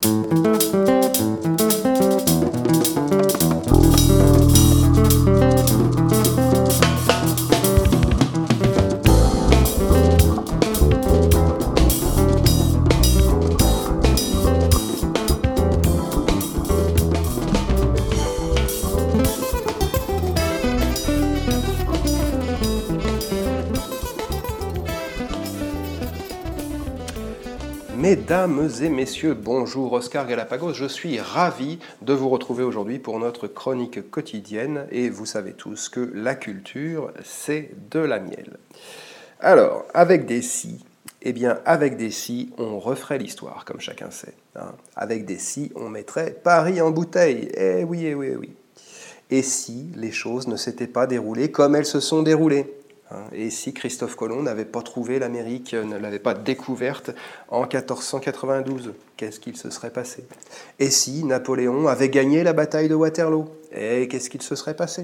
Mesdames et messieurs, bonjour, Oscar Galapagos, je suis ravi de vous retrouver aujourd'hui pour notre chronique quotidienne et vous savez tous que la culture, c'est de la miel. Alors, avec des si, avec des si, on referait l'histoire, comme chacun sait. Hein. Avec des si, on mettrait Paris en bouteille, eh oui, eh oui, eh oui. Et si les choses ne s'étaient pas déroulées comme elles se sont déroulées? Et si Christophe Colomb n'avait pas trouvé l'Amérique, ne l'avait pas découverte en 1492, qu'est-ce qu'il se serait passé? Et si Napoléon avait gagné la bataille de Waterloo, et qu'est-ce qu'il se serait passé?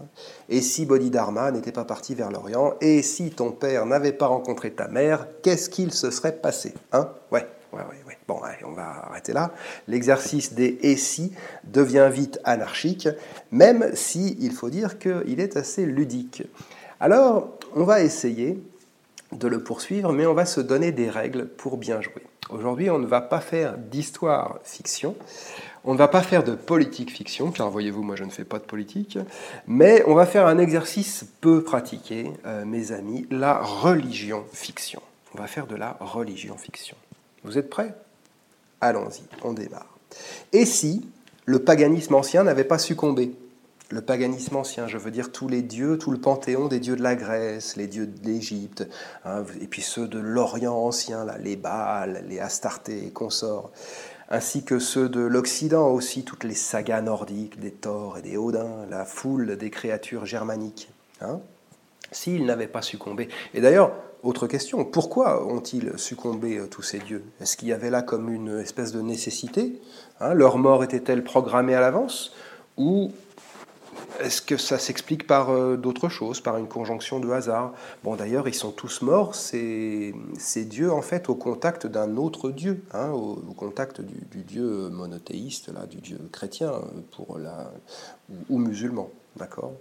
Et si Bodhidharma n'était pas parti vers l'Orient, et si ton père n'avait pas rencontré ta mère, qu'est-ce qu'il se serait passé? Ouais. Bon, allez, on va arrêter là. L'exercice des « et si » devient vite anarchique, même si il faut dire qu'il est assez ludique. Alors, on va essayer de le poursuivre, mais on va se donner des règles pour bien jouer. Aujourd'hui, on ne va pas faire d'histoire-fiction, on ne va pas faire de politique-fiction, car voyez-vous, moi je ne fais pas de politique, mais on va faire un exercice peu pratiqué, mes amis, la religion-fiction. On va faire de la religion-fiction. Vous êtes prêts? Allons-y, on démarre. Et si le paganisme ancien n'avait pas succombé? Le paganisme ancien, je veux dire tous les dieux, tout le panthéon des dieux de la Grèce, les dieux de l'Égypte, et puis ceux de l'Orient ancien, là, les Baals, les Astartés et consorts, ainsi que ceux de l'Occident aussi, toutes les sagas nordiques, des Thor et des Odins, la foule des créatures germaniques. S'ils n'avaient pas succombé. Et d'ailleurs, autre question, pourquoi ont-ils succombé tous ces dieux? Est-ce qu'il y avait là comme une espèce de nécessité? Leur mort était-elle programmée à l'avance? Ou est-ce que ça s'explique par d'autres choses, par une conjonction de hasard? Bon, d'ailleurs, ils sont tous morts, ces dieux, en fait, au contact d'un autre dieu, au contact du dieu monothéiste, là, du dieu chrétien, ou musulman, d'accord?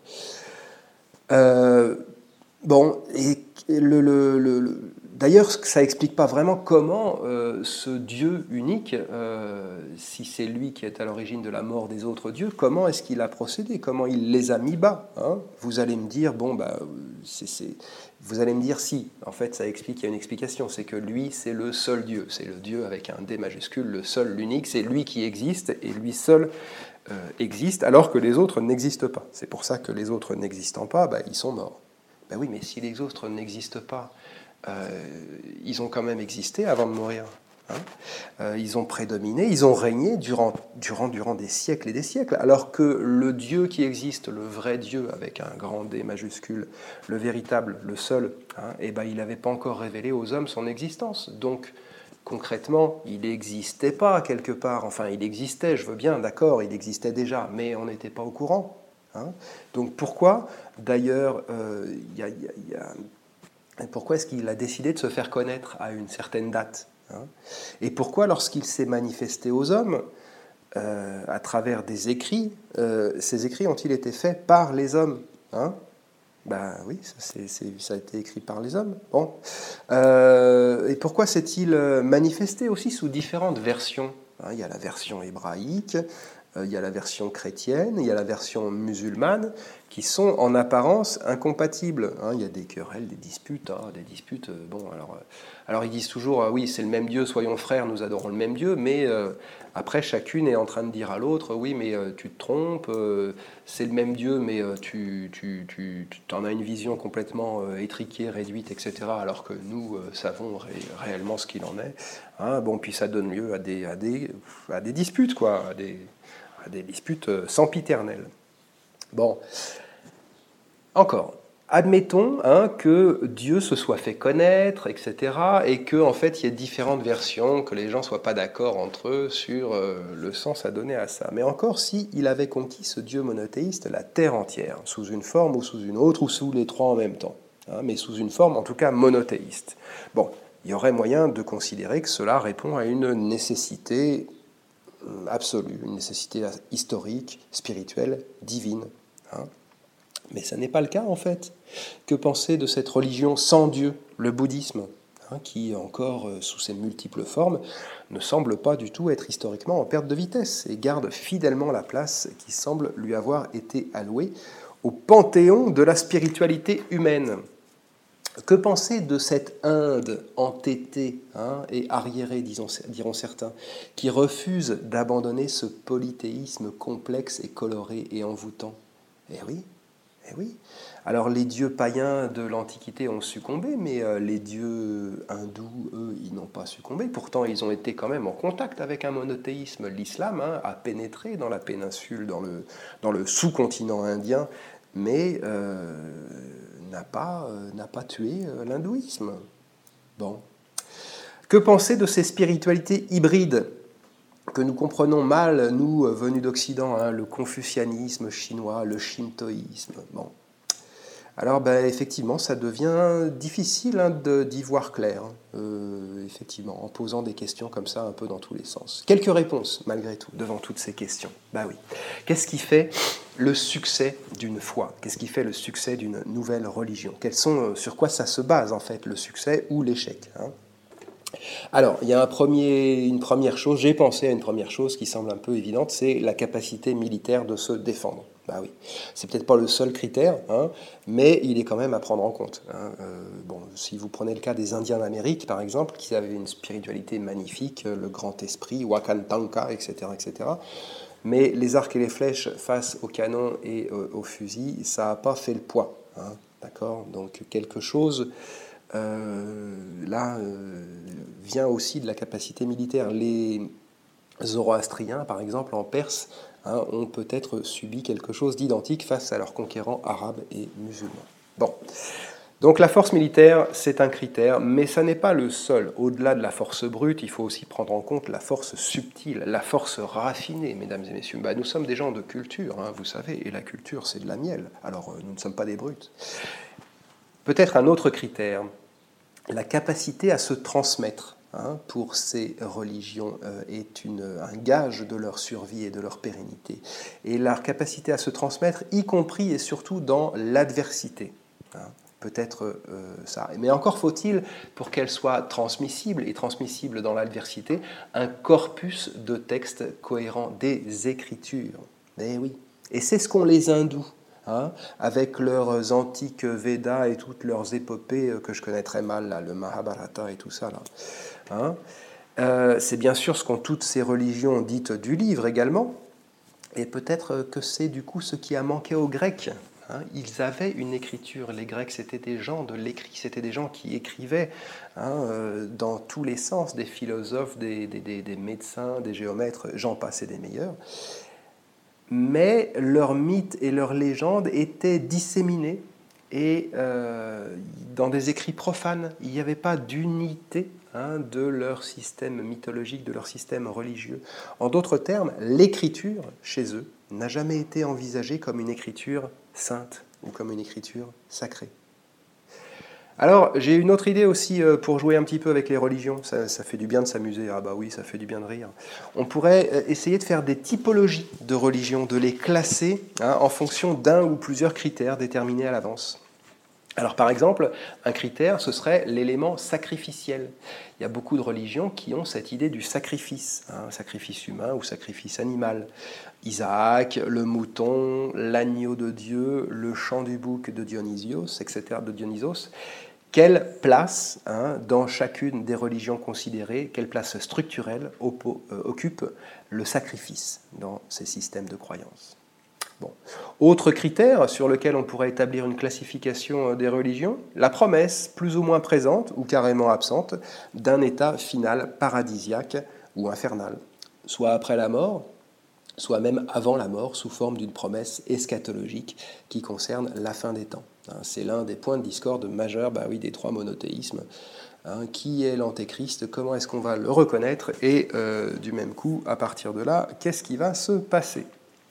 Bon, et d'ailleurs, ça n'explique pas vraiment comment ce Dieu unique, si c'est lui qui est à l'origine de la mort des autres dieux, comment est-ce qu'il a procédé? Comment il les a mis bas? Vous allez me dire, vous allez me dire si, en fait, ça explique, il y a une explication, c'est que lui, c'est le seul Dieu, c'est le Dieu avec un D majuscule, le seul, l'unique, c'est lui qui existe, et lui seul existe, alors que les autres n'existent pas. C'est pour ça que les autres n'existant pas, ils sont morts. Oui, mais si les autres n'existent pas, ils ont quand même existé avant de mourir. Ils ont prédominé, ils ont régné durant des siècles et des siècles, alors que le Dieu qui existe, le vrai Dieu avec un grand D majuscule, le véritable, le seul, il n'avait pas encore révélé aux hommes son existence. Donc, concrètement, il n'existait pas quelque part. Enfin, il existait, je veux bien, d'accord, il existait déjà, mais on n'était pas au courant. Donc pourquoi, d'ailleurs, pourquoi est-ce qu'il a décidé de se faire connaître à une certaine date? Et pourquoi, lorsqu'il s'est manifesté aux hommes, à travers des écrits, ces écrits ont-ils été faits par les hommes? Oui, ça a été écrit par les hommes. Bon. Et pourquoi s'est-il manifesté aussi sous différentes versions? Il y a la version hébraïque, il y a la version chrétienne, il y a la version musulmane, qui sont en apparence incompatibles. Il y a des querelles, des disputes. Alors ils disent toujours, oui, c'est le même Dieu, soyons frères, nous adorons le même Dieu, mais après, chacune est en train de dire à l'autre, oui, mais tu te trompes, c'est le même Dieu, mais tu en as une vision complètement étriquée, réduite, etc., alors que nous savons réellement ce qu'il en est. Puis ça donne lieu à des disputes, quoi, à des disputes sempiternelles. Bon, encore, admettons que Dieu se soit fait connaître, etc., et qu'en fait il y ait différentes versions, que les gens ne soient pas d'accord entre eux sur le sens à donner à ça. Mais encore, s'il avait conquis ce Dieu monothéiste, la terre entière, sous une forme ou sous une autre, ou sous les trois en même temps, mais sous une forme en tout cas monothéiste. Bon, il y aurait moyen de considérer que cela répond à une nécessité absolue, une nécessité historique, spirituelle, divine. Hein. Mais ça n'est pas le cas en fait. Que penser de cette religion sans Dieu, le bouddhisme, hein, qui encore sous ses multiples formes ne semble pas du tout être historiquement en perte de vitesse et garde fidèlement la place qui semble lui avoir été allouée au panthéon de la spiritualité humaine. Que penser de cette Inde entêtée hein, et arriérée, diront certains, qui refuse d'abandonner ce polythéisme complexe et coloré et envoûtant? Eh oui, eh oui. Alors les dieux païens de l'Antiquité ont succombé, mais les dieux hindous, eux, ils n'ont pas succombé. Pourtant, ils ont été quand même en contact avec un monothéisme. L'islam hein, a pénétré dans la péninsule, dans le sous-continent indien, mais n'a pas tué l'hindouisme. Bon. Que penser de ces spiritualités hybrides que nous comprenons mal, nous, venus d'Occident, hein, le confucianisme chinois, le shintoïsme. Bon. Alors, effectivement, ça devient difficile hein, d'y voir clair, effectivement, en posant des questions comme ça, un peu dans tous les sens. Quelques réponses, malgré tout, devant toutes ces questions. Oui. Qu'est-ce qui fait le succès d'une foi? Qu'est-ce qui fait le succès d'une nouvelle religion? Sur quoi ça se base, en fait, le succès ou l'échec hein? Alors, il y a une première chose, j'ai pensé à une première chose qui semble un peu évidente, c'est la capacité militaire de se défendre. Oui, c'est peut-être pas le seul critère, hein, mais il est quand même à prendre en compte. Hein. Si vous prenez le cas des Indiens d'Amérique, par exemple, qui avaient une spiritualité magnifique, le grand esprit, Wakantanka, etc., etc., mais les arcs et les flèches face au canon et au fusil, ça n'a pas fait le poids. Hein, d'accord? Donc quelque chose vient aussi de la capacité militaire. Les Zoroastriens, par exemple, en Perse, hein, ont peut-être subi quelque chose d'identique face à leurs conquérants arabes et musulmans. Bon. Donc la force militaire, c'est un critère, mais ça n'est pas le seul. Au-delà de la force brute, il faut aussi prendre en compte la force subtile, la force raffinée, mesdames et messieurs. Nous sommes des gens de culture, hein, vous savez, et la culture, c'est de la miel. Alors, nous ne sommes pas des brutes. Peut-être un autre critère, la capacité à se transmettre. Pour ces religions est un gage de leur survie et de leur pérennité. Et leur capacité à se transmettre, y compris et surtout dans l'adversité. Peut-être ça. Mais encore faut-il, pour qu'elle soit transmissible, et transmissible dans l'adversité, un corpus de textes cohérents, des écritures. Eh oui. Et c'est ce qu'ont les hindous. Avec leurs antiques Védas et toutes leurs épopées que je connais très mal, là, le Mahabharata et tout ça. C'est bien sûr ce qu'ont toutes ces religions dites du livre également, et peut-être que c'est du coup ce qui a manqué aux Grecs. Ils avaient une écriture, les Grecs c'était des gens de l'écrit, c'était des gens qui écrivaient dans tous les sens, des philosophes, des médecins, des géomètres, j'en passe et des meilleurs. Mais leurs mythes et leurs légendes étaient disséminés et dans des écrits profanes. Il n'y avait pas d'unité de leur système mythologique, de leur système religieux. En d'autres termes, l'écriture, chez eux, n'a jamais été envisagée comme une écriture sainte ou comme une écriture sacrée. Alors, j'ai une autre idée aussi pour jouer un petit peu avec les religions. Ça fait du bien de s'amuser. Ah bah oui, ça fait du bien de rire. On pourrait essayer de faire des typologies de religions, de les classer en fonction d'un ou plusieurs critères déterminés à l'avance. Alors par exemple, un critère, ce serait l'élément sacrificiel. Il y a beaucoup de religions qui ont cette idée du sacrifice, sacrifice humain ou sacrifice animal. Isaac, le mouton, l'agneau de Dieu, le chant du bouc de Dionysos, etc. de Dionysos. Quelle place, dans chacune des religions considérées, quelle place structurelle occupe le sacrifice dans ces systèmes de croyance? Bon. Autre critère sur lequel on pourrait établir une classification des religions, la promesse, plus ou moins présente ou carrément absente, d'un état final paradisiaque ou infernal, soit après la mort, soit même avant la mort, sous forme d'une promesse eschatologique qui concerne la fin des temps. C'est l'un des points de discorde majeurs des trois monothéismes. Qui est l'antéchrist? Comment est-ce qu'on va le reconnaître? Et du même coup, à partir de là, qu'est-ce qui va se passer?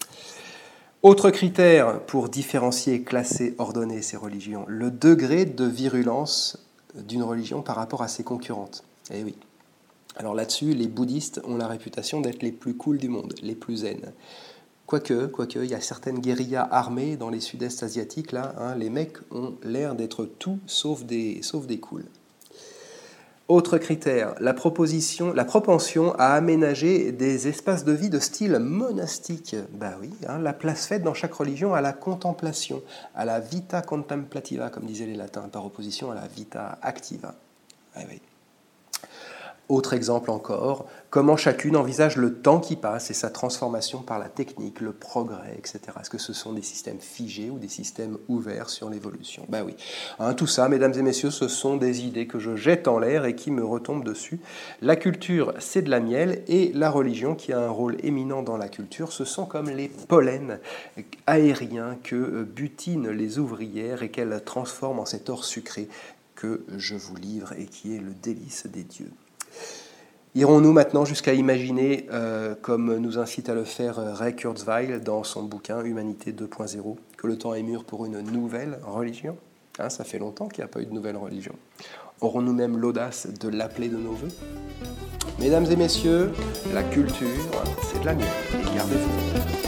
Autre critère pour différencier, classer, ordonner ces religions, le degré de virulence d'une religion par rapport à ses concurrentes. Eh oui. Alors là-dessus, les bouddhistes ont la réputation d'être les plus cool du monde, les plus zen. Quoique, il y a certaines guérillas armées dans les sud-est asiatiques, là, hein, les mecs ont l'air d'être tout sauf des cools. Autre critère, la propension à aménager des espaces de vie de style monastique. Ben oui, hein, la place faite dans chaque religion à la contemplation, à la vita contemplativa, comme disaient les latins, par opposition à la vita activa. Ah oui. Autre exemple encore, comment chacune envisage le temps qui passe et sa transformation par la technique, le progrès, etc. Est-ce que ce sont des systèmes figés ou des systèmes ouverts sur l'évolution? Ben oui. Hein, tout ça, mesdames et messieurs, ce sont des idées que je jette en l'air et qui me retombent dessus. La culture, c'est de la miel, et la religion, qui a un rôle éminent dans la culture, ce sont comme les pollens aériens que butinent les ouvrières et qu'elles transforment en cet or sucré que je vous livre et qui est le délice des dieux. Irons-nous maintenant jusqu'à imaginer, comme nous incite à le faire Ray Kurzweil dans son bouquin Humanité 2.0, que le temps est mûr pour une nouvelle religion? Hein, ça fait longtemps qu'il n'y a pas eu de nouvelle religion. Aurons-nous même l'audace de l'appeler de nos voeux? Mesdames et messieurs, la culture, c'est de la mienne. Gardez-vous.